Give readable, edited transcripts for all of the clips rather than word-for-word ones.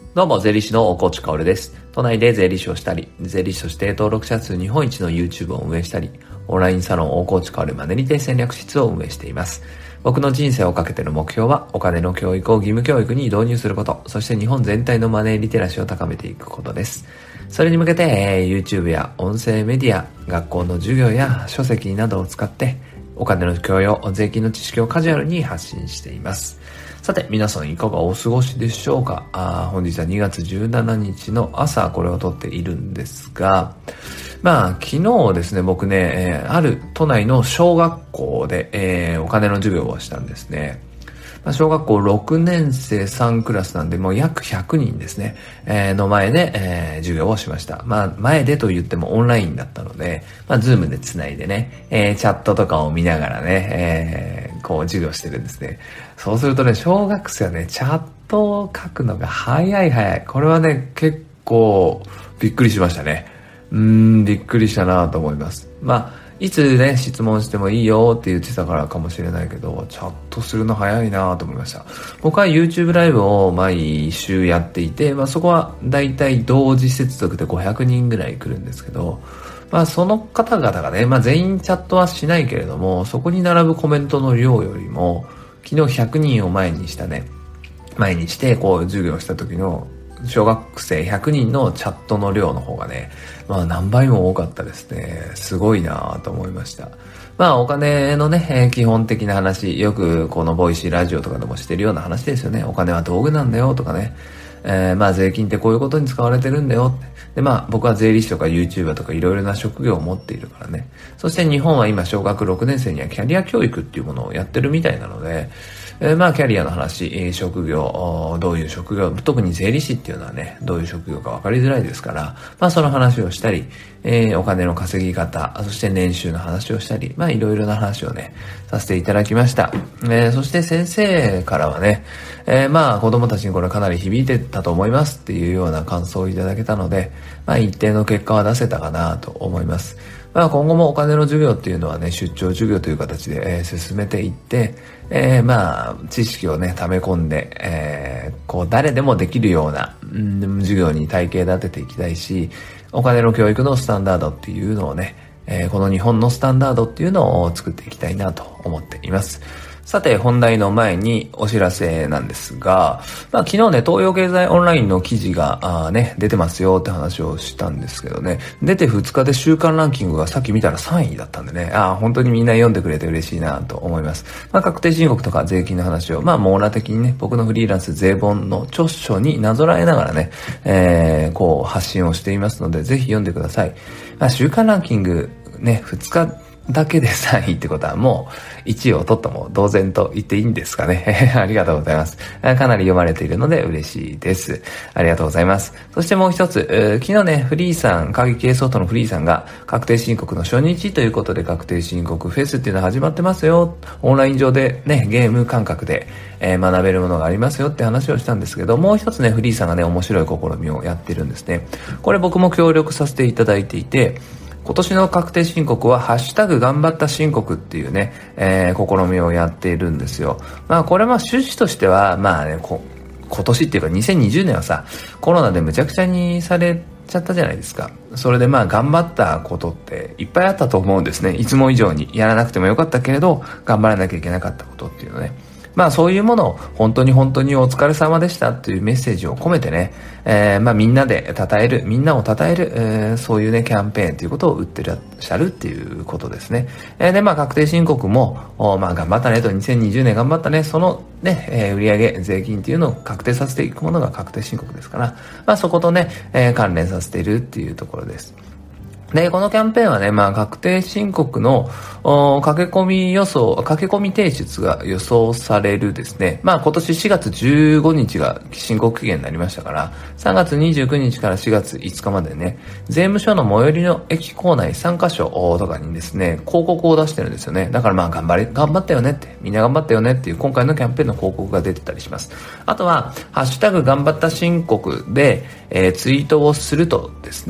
どうも、税理士の大河内薫です。都内で税理士をしたり、税理士として登録者数日本一の YouTube を運営したり、オンラインサロン大河内薫マネリテ戦略室を運営しています。僕の人生をかけての目標は、お金の教育を義務教育に導入すること、そして日本全体のマネーリテラシーを高めていくことです。それに向けて、YouTube や音声メディア、学校の授業や書籍などを使って、お金の教養、税金の知識をカジュアルに発信しています。さて、皆さんいかがお過ごしでしょうか。本日は2月17日の朝これを撮っているんですが、昨日ですね、僕ね、ある都内の小学校で、お金の授業をしたんですね。小学校6年生3クラスなんで、もう約100人ですね、の前で、授業をしました。前でと言ってもオンラインだったので、ズームでつないでね、チャットとかを見ながらね、授業してるんですね。そうするとね、小学生はね、チャットを書くのが早い。これはね、結構びっくりしましたね。びっくりしたなと思います。いつね、質問してもいいよって言ってたからかもしれないけど、チャットするの早いなと思いました。僕は YouTube ライブを毎週やっていて、そこはだいたい同時接続で500人ぐらい来るんですけど、その方々がね、全員チャットはしないけれども、そこに並ぶコメントの量よりも、昨日100人を前にして授業した時の小学生100人のチャットの量の方がね、何倍も多かったですね。すごいなと思いました。お金のね、基本的な話、よくこのボイシーラジオとかでもしてるような話ですよね。お金は道具なんだよとかね。税金ってこういうことに使われてるんだよって。で、僕は税理士とか YouTuber とかいろいろな職業を持っているからね。そして日本は今小学6年生にはキャリア教育っていうものをやってるみたいなので、キャリアの話、職業、どういう職業、特に税理士っていうのはね、どういう職業か分かりづらいですから、その話をしたり、お金の稼ぎ方、そして年収の話をしたり、いろいろな話をね、させていただきました。そして先生からはね、子供たちにこれかなり響いてたと思いますっていうような感想をいただけたので、一定の結果は出せたかなと思います。今後もお金の授業っていうのはね、出張授業という形で、進めていって、知識をね、溜め込んで、誰でもできるような、授業に体系立てていきたいし、お金の教育のスタンダードっていうのをね、この日本のスタンダードっていうのを作っていきたいなと思っています。さて、本題の前にお知らせなんですが、昨日ね、東洋経済オンラインの記事が出てますよって話をしたんですけどね、出て2日で週間ランキングがさっき見たら3位だったんでね、本当にみんな読んでくれて嬉しいなと思います。確定申告とか税金の話を、網羅的にね、僕のフリーランス税本の著書になぞらえながらね、発信をしていますので、ぜひ読んでください。週間ランキングね、2日だけで3位ってことはもう1位を取ったも同然と言っていいんですかね。ありがとうございます。かなり読まれているので嬉しいです。ありがとうございます。そしてもう一つ、昨日ね、フリーさん、会計系ソフトのフリーさんが確定申告の初日ということで確定申告フェスっていうのは始まってますよ。オンライン上でね、ゲーム感覚で、学べるものがありますよって話をしたんですけど、もう一つね、フリーさんがね、面白い試みをやってるんですね。これ僕も協力させていただいていて、今年の確定申告はハッシュタグ頑張った申告っていうね、試みをやっているんですよ。これ趣旨としては、今年っていうか2020年はさ、コロナでむちゃくちゃにされちゃったじゃないですか。それで頑張ったことっていっぱいあったと思うんですね。いつも以上にやらなくてもよかったけれど、頑張らなきゃいけなかったことっていうのね。そういうものを本当にお疲れ様でしたというメッセージを込めてね、みんなで称える、みんなを称える、そういうね、キャンペーンということを売ってらっしゃるっていうことですね。で、確定申告も、頑張ったねと、2020年頑張ったね、そのね、売上税金っていうのを確定させていくものが確定申告ですから、そことね、関連させているっていうところです。で、このキャンペーンはね、確定申告の駆け込み提出が予想されるですね。今年4月15日が申告期限になりましたから、3月29日から4月5日までね、税務署の最寄りの駅構内3カ所とかにですね、広告を出してるんですよね。だから頑張ったよねって、みんな頑張ったよねっていう今回のキャンペーンの広告が出てたりします。あとは、ハッシュタグ頑張った申告で、ツイートをするとですね、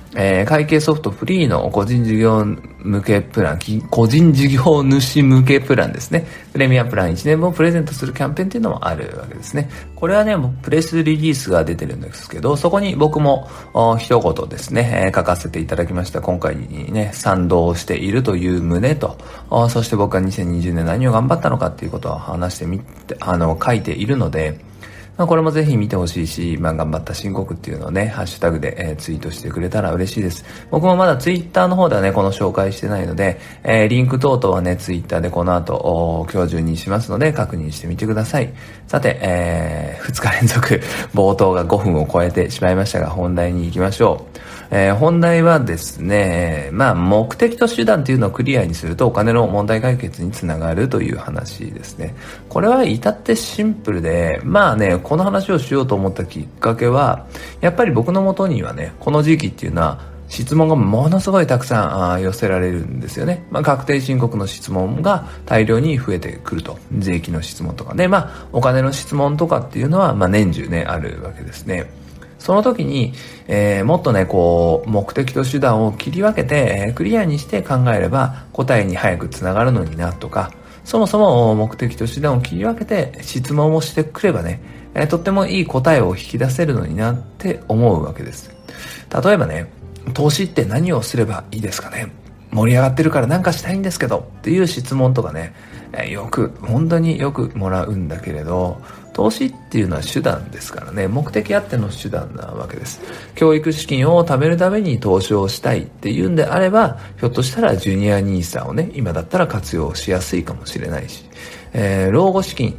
会計ソフトフリーの個人事業向けプラン、個人事業主向けプランですね。プレミアプラン1年分をプレゼントするキャンペーンっていうのもあるわけですね。これはね、プレスリリースが出てるんですけど、そこに僕も一言ですね、書かせていただきました。今回にね、賛同しているという旨と、そして僕が2020年何を頑張ったのかっていうことを話してみて、書いているので、これもぜひ見てほしいし、頑張った申告っていうのをね、ハッシュタグで、ツイートしてくれたら嬉しいです。僕もまだツイッターの方ではね、この紹介してないので、リンク等々はね、ツイッターでこの後、今日中にしますので、確認してみてください。さて、2日連続、冒頭が5分を超えてしまいましたが、本題に行きましょう。本題はですね、目的と手段っていうのをクリアにするとお金の問題解決につながるという話ですね。これは至ってシンプルで、この話をしようと思ったきっかけは、やっぱり僕の元にはね、この時期っていうのは、質問がものすごいたくさん寄せられるんですよね。確定申告の質問が大量に増えてくると。税金の質問とかで、お金の質問とかっていうのは、年中ね、あるわけですね。その時に、もっとね、目的と手段を切り分けて、クリアにして考えれば答えに早くつながるのになとか、そもそも目的と手段を切り分けて質問をしてくればね、とってもいい答えを引き出せるのになって思うわけです。例えばね、投資って何をすればいいですかね？盛り上がってるからなんかしたいんですけどっていう質問とかね、本当によくもらうんだけれど、投資っていうのは手段ですからね、目的あっての手段なわけです。教育資金を貯めるために投資をしたいっていうんであれば、ひょっとしたらジュニアニーサをね、今だったら活用しやすいかもしれないし、老後資金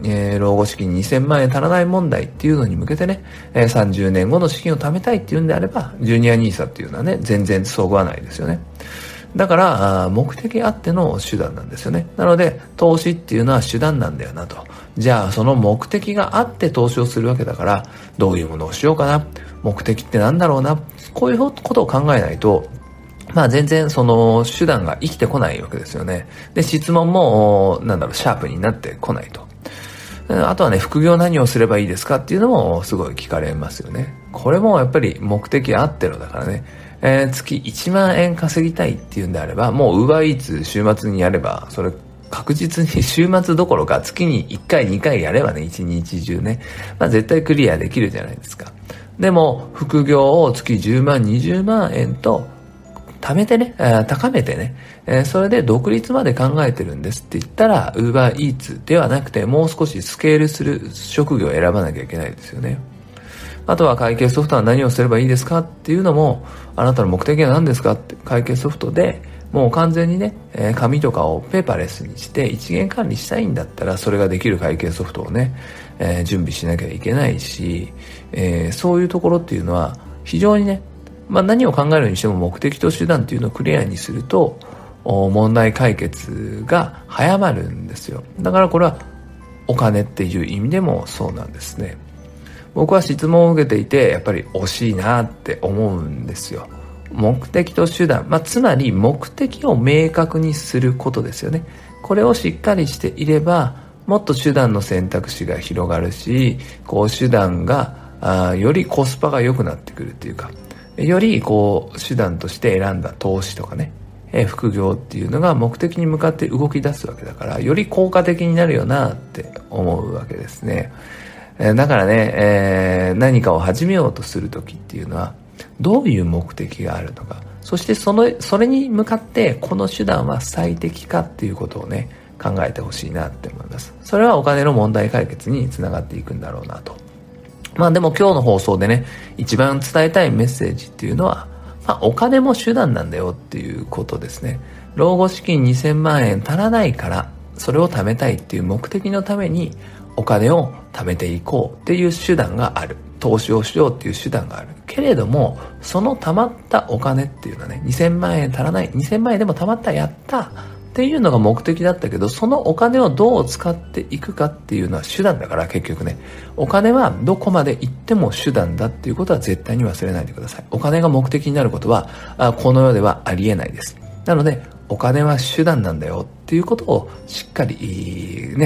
2000万円足らない問題っていうのに向けてね、30年後の資金を貯めたいっていうんであれば、ジュニアニーサっていうのはね、全然そぐわないですよね。だから目的あっての手段なんですよね。なので投資っていうのは手段なんだよなと。じゃあその目的があって投資をするわけだから、どういうものをしようかな、目的ってなんだろうな、こういうことを考えないと、全然その手段が生きてこないわけですよね。で、質問もシャープになってこないと。あとはね、副業何をすればいいですかっていうのもすごい聞かれますよね。これもやっぱり目的あってのだからね。月1万円稼ぎたいっていうんであれば、もう UberEats 週末にやれば、それ確実に週末どころか月に1回2回やればね、1日中ね、絶対クリアできるじゃないですか。でも、副業を月10万、20万円と貯めてね、高めてね、それで独立まで考えてるんですって言ったら、UberEats ではなくて、もう少しスケールする職業を選ばなきゃいけないですよね。あとは会計ソフトは何をすればいいですかっていうのも、あなたの目的は何ですかって、会計ソフトでもう完全にね、紙とかをペーパーレスにして一元管理したいんだったら、それができる会計ソフトをね、準備しなきゃいけないし、そういうところっていうのは非常にね、何を考えるにしても目的と手段っていうのをクリアにすると、問題解決が早まるんですよ。だからこれはお金っていう意味でもそうなんですね。僕は質問を受けていて、やっぱり惜しいなって思うんですよ。目的と手段、つまり目的を明確にすることですよね。これをしっかりしていれば、もっと手段の選択肢が広がるし、手段がよりコスパが良くなってくるっていうか、より手段として選んだ投資とかね、副業っていうのが目的に向かって動き出すわけだから、より効果的になるよなって思うわけですね。だからね、何かを始めようとするときっていうのは、どういう目的があるのか、そしてそれに向かってこの手段は最適かっていうことをね、考えてほしいなって思います。それはお金の問題解決につながっていくんだろうなと。でも今日の放送でね、一番伝えたいメッセージっていうのは、お金も手段なんだよっていうことですね。老後資金2000万円足らないから、それを貯めたいっていう目的のために、お金を貯めていこうっていう手段がある。投資をしようっていう手段がある。けれども、その貯まったお金っていうのはね、2000万円足らない。2000万円でも貯まった、やったっていうのが目的だったけど、そのお金をどう使っていくかっていうのは手段だから、結局ね。お金はどこまで行っても手段だっていうことは絶対に忘れないでください。お金が目的になることは、この世ではありえないです。なので、お金は手段なんだよっていうことをしっかりね、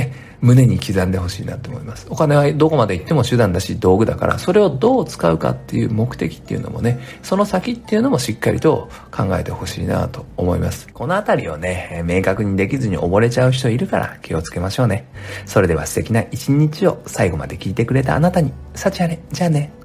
胸に刻んでほしいなと思います。お金はどこまで行っても手段だし道具だから、それをどう使うかっていう目的っていうのもね、その先っていうのもしっかりと考えてほしいなと思います。このあたりをね、明確にできずに溺れちゃう人いるから気をつけましょうね。それでは素敵な一日を最後まで聞いてくれたあなたに、幸あれ。じゃあね。